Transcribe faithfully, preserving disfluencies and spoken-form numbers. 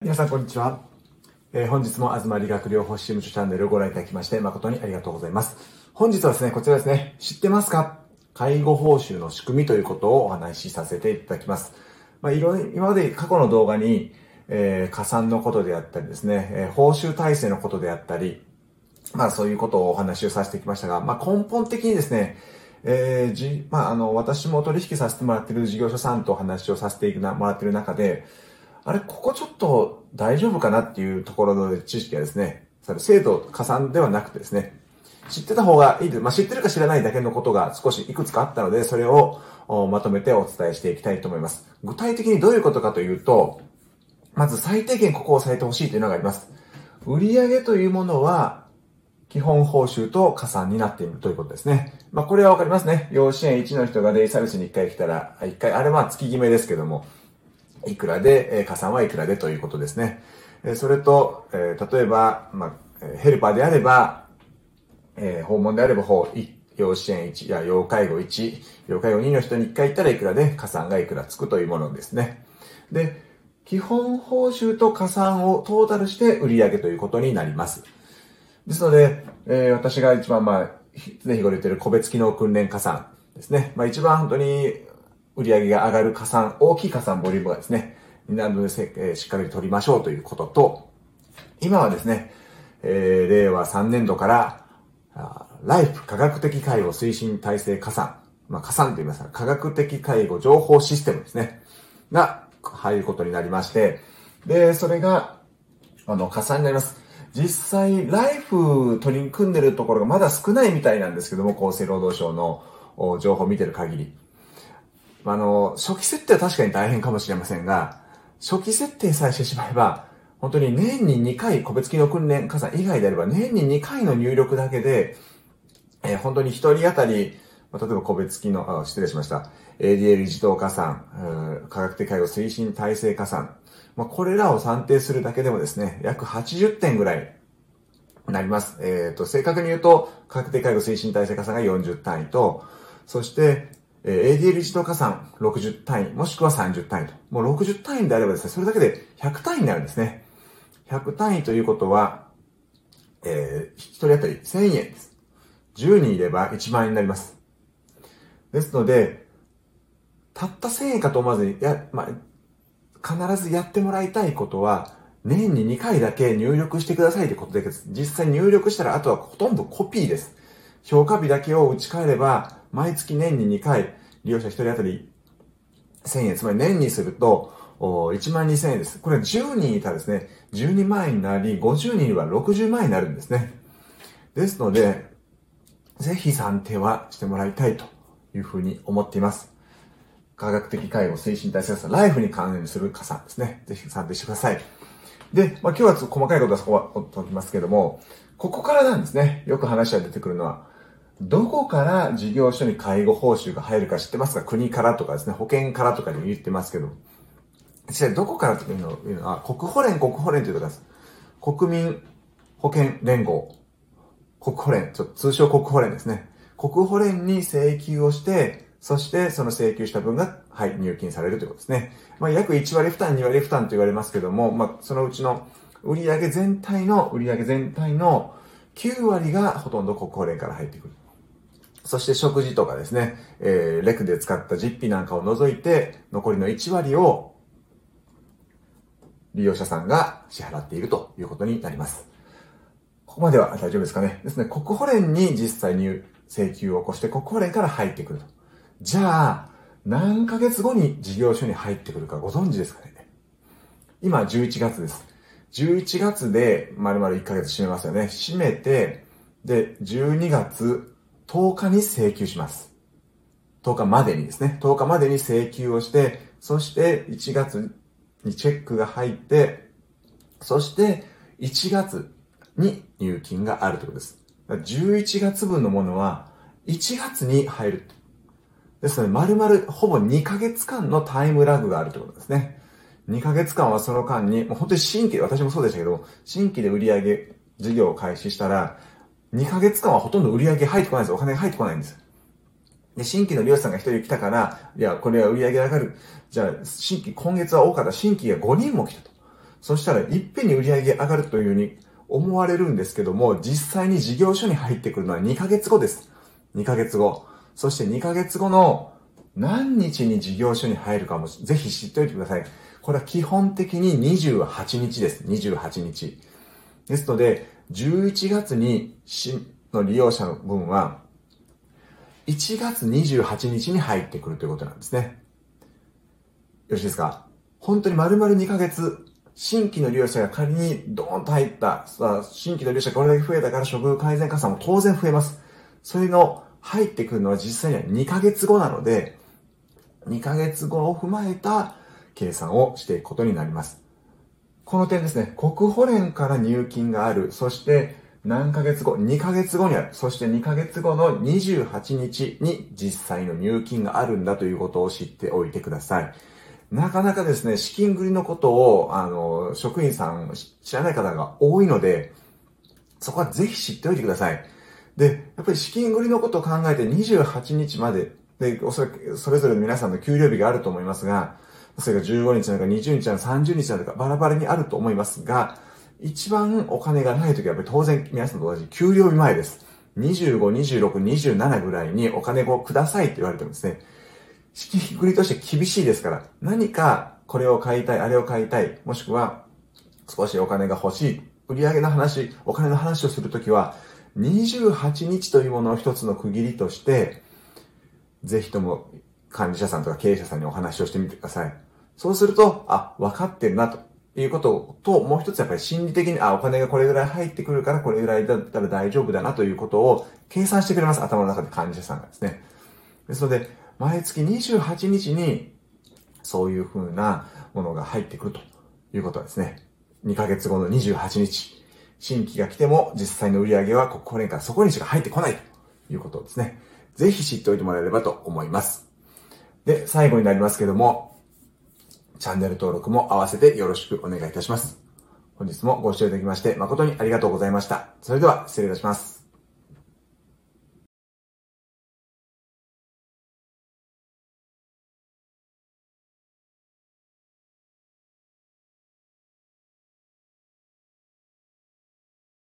皆さんこんにちは。えー、本日も東理学療法士事務所チャンネルをご覧いただきまして誠にありがとうございます。本日はですね、こちらですね、知ってますか？介護報酬の仕組みということをお話しさせていただきます。まあ、いろいろ、今まで過去の動画に、えー、加算のことであったりですね、えー、報酬体制のことであったり、まあそういうことをお話をさせてきましたが、まあ根本的にですね、えー、じ、まああの、私も取引させてもらっている事業所さんとお話をさせてもらっている中で、あれ、ここちょっと大丈夫かなっていうところの知識がですね、それ制度加算ではなくてですね、知ってた方がいいです。まあ、知ってるか知らないだけのことが少しいくつかあったので、それをまとめてお伝えしていきたいと思います。具体的にどういうことかというと、まず最低限ここを押さえてほしいというのがあります。売上というものは、基本報酬と加算になっているということですね。まあ、これはわかりますね。養子縁いちの人がデイサービスにいっかい来たら、いっかい、あれは月決めですけども、いくらで、加算はいくらでということですね。それと、例えば、まあ、ヘルパーであれば、訪問であれば、養子縁いちや要介護いち、要介護にの人にいっかい行ったらいくらで加算がいくらつくというものですね。で、基本報酬と加算をトータルして売上ということになります。ですので、えー、私が一番まあ、常日頃言っている個別機能訓練加算ですね。まあ一番本当に売上が上がる加算、大きい加算ボリュームがですね、なので、えー、しっかり取りましょうということと、今はですね、えー、れいわさんねんどから、ライフ科学的介護推進体制加算、まあ加算と言いますが、科学的介護情報システムですね、が入ることになりまして、で、それが、あの、加算になります。実際、ライフ取り組んでるところがまだ少ないみたいなんですけども、厚生労働省の情報を見てる限り。あの、初期設定は確かに大変かもしれませんが、初期設定さえしてしまえば、本当に年ににかい、個別機能訓練加算以外であれば、年ににかいの入力だけで、えー、本当にひとり当たり、例えば個別機能、あ、失礼しました。エーディーエル 自動加算、科学的介護推進体制加算、まあ、これらを算定するだけでもですね、約はちじゅってんぐらいになります。えっと、正確に言うと、科学的介護推進体制加算がよんじゅう単位と、そして、エーディーエル 自動加算ろくじゅう単位、もしくはさんじゅう単位と。もうろくじゅう単位であればですね、それだけでひゃく単位になるんですね。ひゃく単位ということは、えー、ひとり当たりせんえんです。じゅうにんいればいちまん円になります。ですので、たったせんえんかと思わずに、や、まあ、必ずやってもらいたいことは、年ににかいだけ入力してくださいということです。実際入力したら、あとはほとんどコピーです。評価日だけを打ち替えれば、毎月年ににかい、利用者ひとり当たりせんえん、つまり年にすると、いちまんにせんえんです。これはじゅうにんいたらですね、じゅうにまん円になり、ごじゅうにんはろくじゅうまん円になるんですね。ですので、ぜひ算定はしてもらいたいというふうに思っています。科学的介護推進体制加算、ライフに関連する加算ですね。ぜひ算定してください。で、まあ、今日はちょっと細かいことはそこはおっときますけども、ここからなんですね。よく話が出てくるのは、どこから事業所に介護報酬が入るか知ってますか？国からとかですね、保険からとかで言ってますけど、実際どこからというのは、国保連、国保連ということです。国民保険連合。国保連、ちょっと通称国保連ですね。国保連に請求をして、そしてその請求した分が、はい、入金されるということですね。まあ、約いちわり負担、にわり負担と言われますけども、まあ、そのうちの売上全体の、売上全体のきゅうわりがほとんど国保連から入ってくる。そして食事とかですね、えー、レクで使った実費なんかを除いて、残りのいちわりを利用者さんが支払っているということになります。ここまでは大丈夫ですかね。ですね、国保連に実際に請求を起こして、国保連から入ってくると。じゃあ、何ヶ月後に事業所に入ってくるかご存知ですかね。今じゅういちがつです。じゅういちがつで丸々いっかげつ締めますよね。締めて、で、じゅうにがつとおかに請求します。とおかまでにですね。とおかまでに請求をして、そしていちがつにチェックが入って、そしていちがつに入金があるということです。じゅういちがつぶんのものはいちがつに入る。ですので、丸々ほぼにかげつかんのタイムラグがあるということですね。にかげつかんはその間に、もう本当に新規で、私もそうでしたけど、新規で売上事業を開始したら、にかげつかんはほとんど売上入ってこないんです。お金が入ってこないんです。で、新規の利用者さんがひとり来たから、いや、これは売上上がる。じゃあ、新規、今月は多かった新規がごにんも来たと。 そしたらいっぺんに売り上げ上がるというふうに思われるんですけども、実際に事業所に入ってくるのはにかげつごです。にかげつご。そしてにかげつごの何日に事業所に入るかもぜひ知っておいてください。これは基本的ににじゅうはちにちです。にじゅうはちにち。ですので、じゅういちがつにの利用者の分は、いちがつにじゅうはちにちに入ってくるということなんですね。よろしいですか？本当に丸々にかげつ、新規の利用者が仮にドーンと入った、新規の利用者がこれだけ増えたから処遇改善加算も当然増えます。それの入ってくるのは実際にはにかげつごなので、にかげつごを踏まえた計算をしていくことになります。この点ですね、国保連から入金がある、そして何ヶ月後、にかげつごにある、そしてにかげつごのにじゅうはちにちに実際の入金があるんだということを知っておいてください。なかなかですね、資金繰りのことを、あの、職員さん知らない方が多いので、そこはぜひ知っておいてください。で、やっぱり資金繰りのことを考えてにじゅうはちにちまで、で、おそらくそれぞれの皆さんの給料日があると思いますが、それがじゅうごにちなのかにじゅうにちなのかさんじゅうにちなのかバラバラにあると思いますが、一番お金がないときはやっぱり当然皆さんと同じ給料日前です。にじゅうご、にじゅうろく、にじゅうななぐらいにお金をくださいって言われてるんですね。資金繰りとして厳しいですから、何かこれを買いたい、あれを買いたい、もしくは少しお金が欲しい、売上の話、お金の話をするときは、にじゅうはちにちというものを一つの区切りとして、ぜひとも管理者さんとか経営者さんにお話をしてみてください。そうすると、あ、分かってるなということと、もう一つやっぱり心理的に、あ、お金がこれぐらい入ってくるからこれぐらいだったら大丈夫だなということを計算してくれます。頭の中で管理者さんがですね。ですので、毎月にじゅうはちにちにそういう風なものが入ってくるということはですね、にかげつごのにじゅうはちにち、新規が来ても実際の売り上げは国保連からそこにしか入ってこないということをですね、ぜひ知っておいてもらえればと思います。で、最後になりますけども、チャンネル登録も合わせてよろしくお願いいたします。本日もご視聴いただきまして誠にありがとうございました。それでは失礼いたします。